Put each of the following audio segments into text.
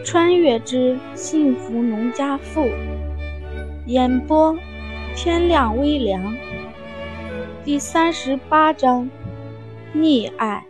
穿越之幸福农家妇，演播天亮微凉。第38章溺爱。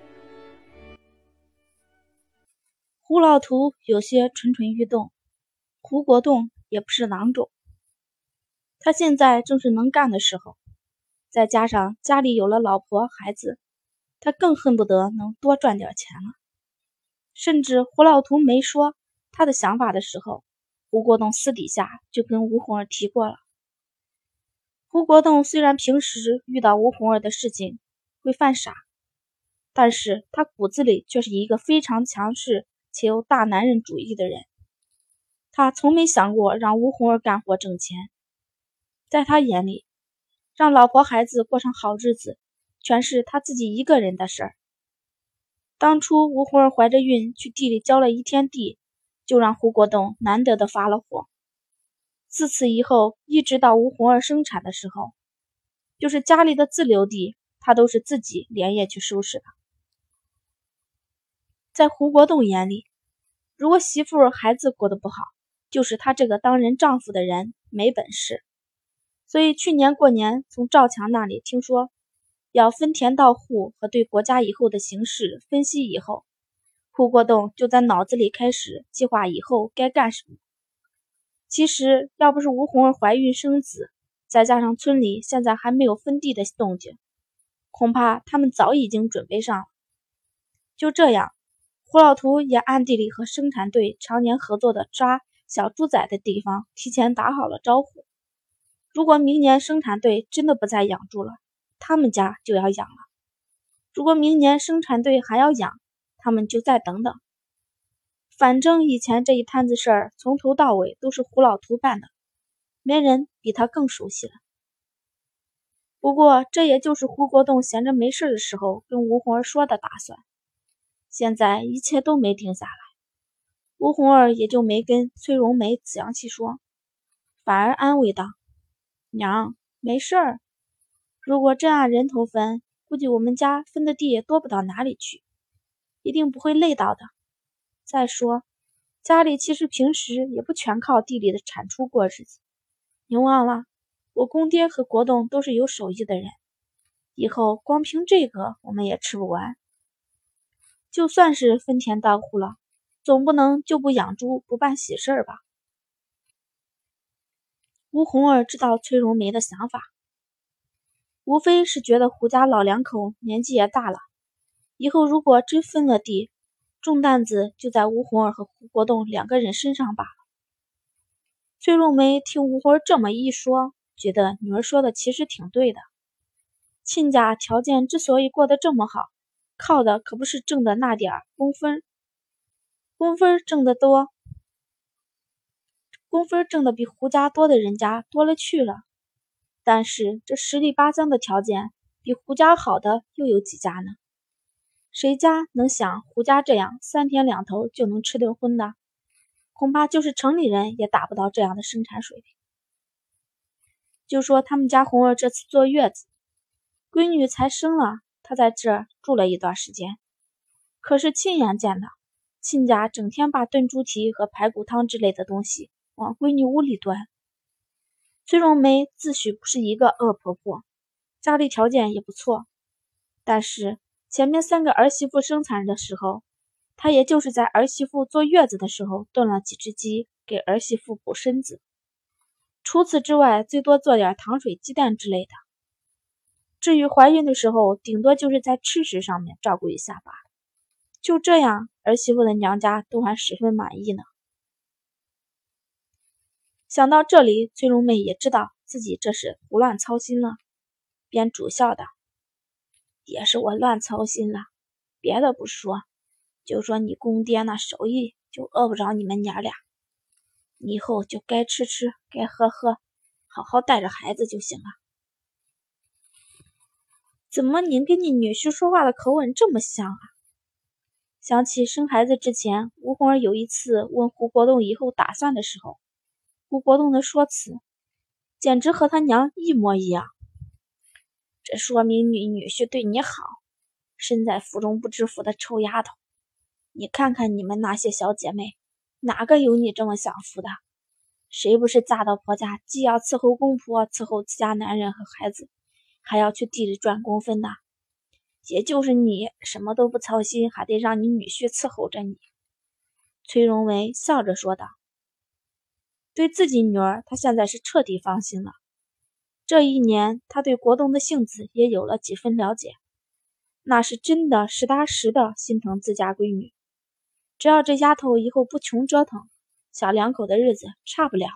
胡老图有些蠢蠢欲动，胡国栋也不是囊种。他现在正是能干的时候，再加上家里有了老婆孩子，他更恨不得能多赚点钱了。甚至胡老图没说他的想法的时候，胡国栋私底下就跟吴红儿提过了。胡国栋虽然平时遇到吴红儿的事情会犯傻，但是他骨子里却是一个非常强势且有大男人主义的人。他从没想过让吴红儿干活挣钱，在他眼里，让老婆孩子过上好日子全是他自己一个人的事儿。当初吴红儿怀着孕去地里浇了一天地，就让胡国栋难得的发了火。自此以后，一直到吴红儿生产的时候，就是家里的自留地，他都是自己连夜去收拾的。在胡国栋眼里，如果媳妇儿孩子过得不好，就是他这个当人丈夫的人没本事。所以去年过年从赵强那里听说要分田到户和对国家以后的形势分析以后，胡国栋就在脑子里开始计划以后该干什么。其实要不是吴红儿怀孕生子，再加上村里现在还没有分地的动静，恐怕他们早已经准备上了。就这样，胡老图也暗地里和生产队常年合作的抓小猪仔的地方提前打好了招呼。如果明年生产队真的不再养猪了，他们家就要养了；如果明年生产队还要养，他们就再等等。反正以前这一摊子事儿从头到尾都是胡老图办的，没人比他更熟悉了。不过这也就是胡国栋闲着没事的时候跟吴红儿说的打算。现在一切都没定下来，吴红儿也就没跟崔荣梅仔细说，反而安慰道：“娘，没事儿。如果真按人头分，估计我们家分的地也多不到哪里去，一定不会累到的。再说，家里其实平时也不全靠地里的产出过日子。您忘了，我公爹和国栋都是有手艺的人，以后光凭这个我们也吃不完。就算是分田到户了，总不能就不养猪不办喜事吧？”吴红儿知道崔荣梅的想法，无非是觉得胡家老两口年纪也大了，以后如果真分了地，重担子就在吴红儿和胡国栋两个人身上罢了。崔荣梅听吴红儿这么一说，觉得女儿说的其实挺对的。亲家条件之所以过得这么好，靠的可不是挣的那点工分，工分挣得多，工分挣得比胡家多的人家多了去了。但是这十里八乡的条件比胡家好的又有几家呢？谁家能像胡家这样3天2头就能吃顿荤的？恐怕就是城里人也达不到这样的生产水平。就说他们家红儿这次坐月子，闺女才生了，她在这儿住了一段时间，可是亲眼见的，亲家整天把炖猪蹄和排骨汤之类的东西往闺女屋里端。崔荣梅自诩不是一个恶婆婆，家里条件也不错，但是前面3个儿媳妇生产的时候，她也就是在儿媳妇坐月子的时候炖了几只鸡给儿媳妇补身子，除此之外最多做点糖水鸡蛋之类的。至于怀孕的时候，顶多就是在吃食上面照顾一下吧。就这样，儿媳妇的娘家都还十分满意呢。想到这里，崔荣梅也知道自己这是胡乱操心了，便主笑道：“也是我乱操心了，别的不说，就说你公爹那手艺就饿不着你们娘俩，你以后就该吃吃，该喝喝，好好带着孩子就行了。”怎么您跟你女婿说话的口吻这么像啊？想起生孩子之前，吴红儿有一次问胡国栋以后打算的时候，胡国栋的说辞简直和他娘一模一样。这说明你女婿对你好，身在福中不知福的臭丫头。你看看你们那些小姐妹， 哪个有你这么享福的？谁不是嫁到婆家，既要伺候公婆，伺候自家男人和孩子，还要去地里赚工分的？也就是你什么都不操心，还得让你女婿伺候着你。崔荣维笑着说道。对自己女儿，他现在是彻底放心了。这一年，他对国栋的性子也有了几分了解，那是真的实打实的心疼自家闺女。只要这丫头以后不穷折腾，小两口的日子差不了。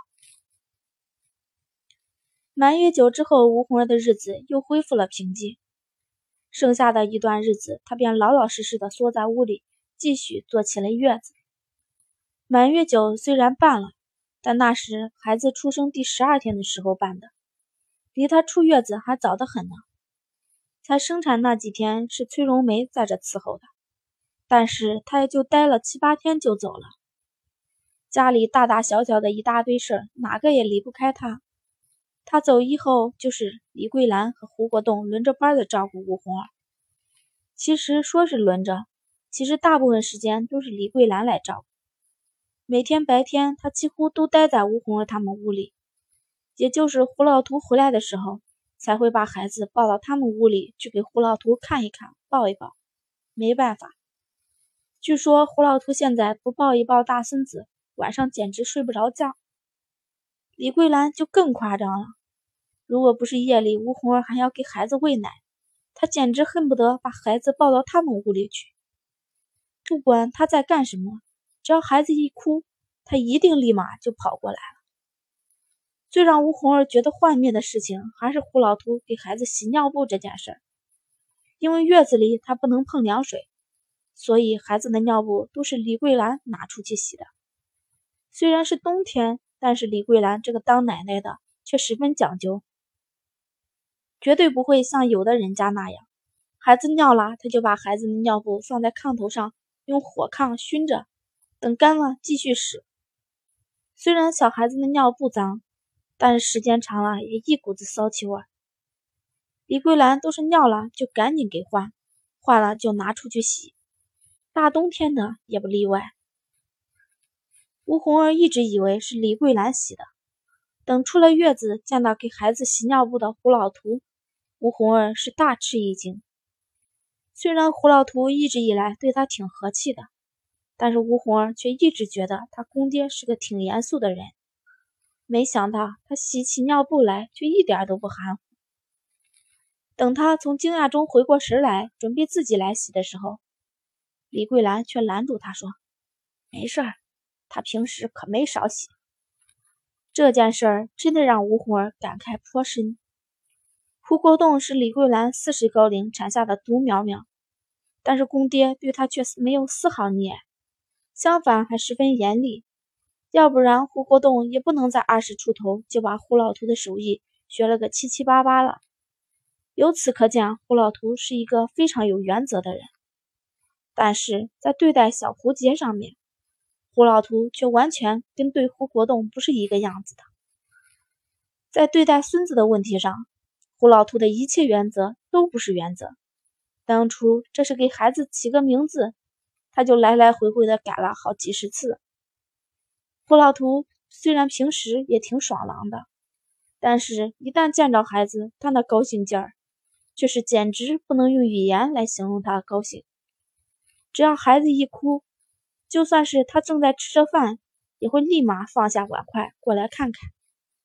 满月酒之后，吴红儿的日子又恢复了平静。剩下的一段日子，他便老老实实的缩在屋里，继续做起了月子。满月酒虽然办了，但那时孩子出生第12天的时候办的，离他出月子还早得很呢。才生产那几天是崔荣梅在这伺候的，但是他也就待了7、8天就走了。家里大大小小的一大堆事儿，哪个也离不开他。他走以后，就是李桂兰和胡国栋轮着班的照顾吴红儿。其实说是轮着，其实大部分时间都是李桂兰来照顾。每天白天，他几乎都待在吴红儿他们屋里，也就是胡老图回来的时候，才会把孩子抱到他们屋里去给胡老图看一看，抱一抱。没办法，据说胡老图现在不抱一抱大孙子，晚上简直睡不着觉。李桂兰就更夸张了，如果不是夜里吴红儿还要给孩子喂奶，她简直恨不得把孩子抱到他们屋里去。不管他在干什么，只要孩子一哭，他一定立马就跑过来了。最让吴红儿觉得幻灭的事情，还是胡老图给孩子洗尿布这件事。因为月子里他不能碰凉水，所以孩子的尿布都是李桂兰拿出去洗的。虽然是冬天，但是李桂兰这个当奶奶的却十分讲究，绝对不会像有的人家那样，孩子尿了，他就把孩子的尿布放在炕头上，用火炕熏着，等干了继续使。虽然小孩子的尿不脏，但是时间长了也一股子骚气味。李桂兰都是尿了就赶紧给换，换了就拿出去洗，大冬天的也不例外。吴红儿一直以为是李桂兰洗的，等出了月子，见到给孩子洗尿布的胡老图，吴红儿是大吃一惊。虽然胡老图一直以来对他挺和气的，但是吴红儿却一直觉得他公爹是个挺严肃的人。没想到他洗起尿布来却一点都不含糊。等他从惊讶中回过神来，准备自己来洗的时候，李桂兰却拦住他说：“没事儿，他平时可没少洗。”这件事儿真的让吴红儿感慨颇深。胡国栋是李桂兰40高龄产下的独苗苗，但是公爹对他却没有丝毫溺爱，相反还十分严厉。要不然胡国栋也不能在20出头就把胡老图的手艺学了个七七八八了。由此可见，胡老图是一个非常有原则的人，但是在对待小胡杰上面，胡老图却完全跟对胡国栋不是一个样子的。在对待孙子的问题上，胡老图的一切原则都不是原则。当初这是给孩子起个名字，他就来来回回的改了好几十次。胡老图虽然平时也挺爽朗的，但是一旦见着孩子，他那高兴劲儿却是简直不能用语言来形容他的高兴。只要孩子一哭，就算是他正在吃着饭，也会立马放下碗筷过来看看。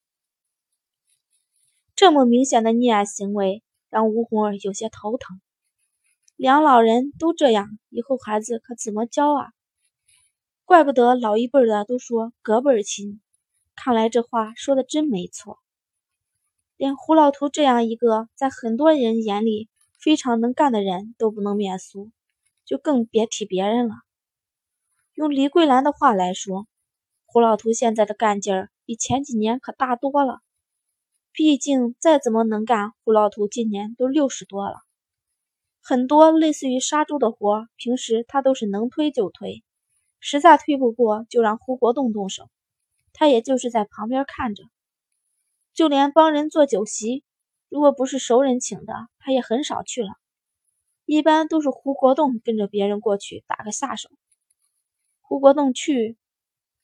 这么明显的溺爱行为让吴红儿有些头疼。两老人都这样，以后孩子可怎么教啊？怪不得老一辈的都说隔辈亲，看来这话说的真没错。连胡老图这样一个在很多人眼里非常能干的人都不能免俗，就更别提别人了。用李桂兰的话来说，胡老图现在的干劲儿比前几年可大多了。毕竟再怎么能干，胡老图今年都60多了，很多类似于杀猪的活，平时他都是能推就推，实在推不过就让胡国栋动手，他也就是在旁边看着。就连帮人做酒席，如果不是熟人请的，他也很少去了，一般都是胡国栋跟着别人过去打个下手。胡国栋去，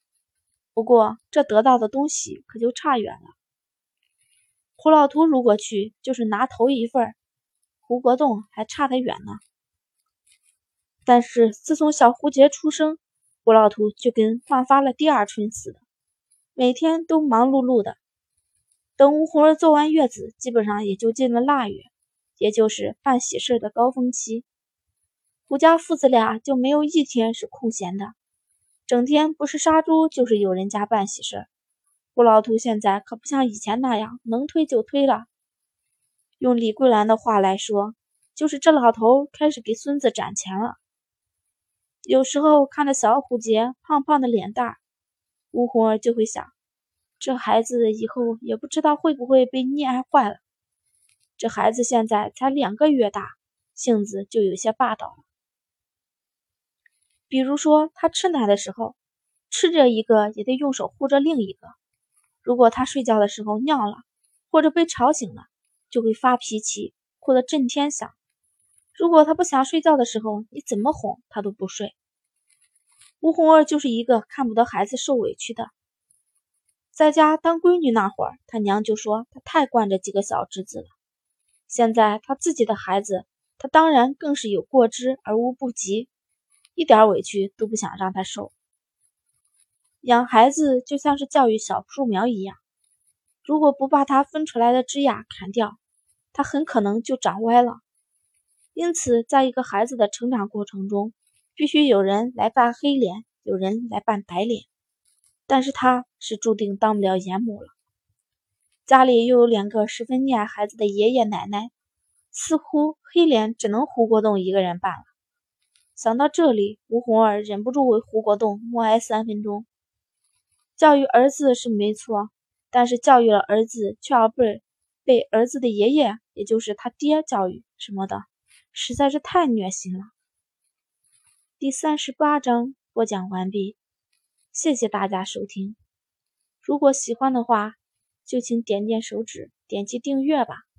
不过这得到的东西可就差远了。胡老图如果去，就是拿头一份，胡国栋还差得远呢。但是自从小胡杰出生，胡老图就跟焕发了第二春似的，每天都忙碌碌的。等吴红儿坐完月子，基本上也就进了腊月，也就是办喜事的高峰期。胡家父子俩就没有一天是空闲的，整天不是杀猪就是有人家办喜事。胡老图现在可不像以前那样能推就推了，用李桂兰的话来说，就是这老头开始给孙子攒钱了。有时候看着小胡杰胖胖的脸蛋，吴红儿就会想，这孩子以后也不知道会不会被溺爱坏了。这孩子现在才2个月大，性子就有些霸道了。比如说他吃奶的时候，吃着一个也得用手护着另一个。如果他睡觉的时候尿了，或者被吵醒了，就会发脾气，哭得震天响。如果他不想睡觉的时候，你怎么哄他都不睡。吴红儿就是一个看不得孩子受委屈的。在家当闺女那会儿，他娘就说他太惯这几个小侄子了。现在他自己的孩子，他当然更是有过之而无不及，一点委屈都不想让他受。养孩子就像是教育小树苗一样，如果不把它分出来的枝桠砍掉，它很可能就长歪了。因此，在一个孩子的成长过程中，必须有人来扮黑脸，有人来扮白脸。但是他是注定当不了严母了。家里又有2个十分溺爱孩子的爷爷奶奶，似乎黑脸只能胡国栋一个人扮了。想到这里，吴红儿忍不住为胡国栋默哀3分钟。教育儿子是没错，但是教育了儿子却要被儿子的爷爷，也就是他爹教育什么的，实在是太虐心了。第38章播讲完毕，谢谢大家收听。如果喜欢的话，就请点点手指，点击订阅吧。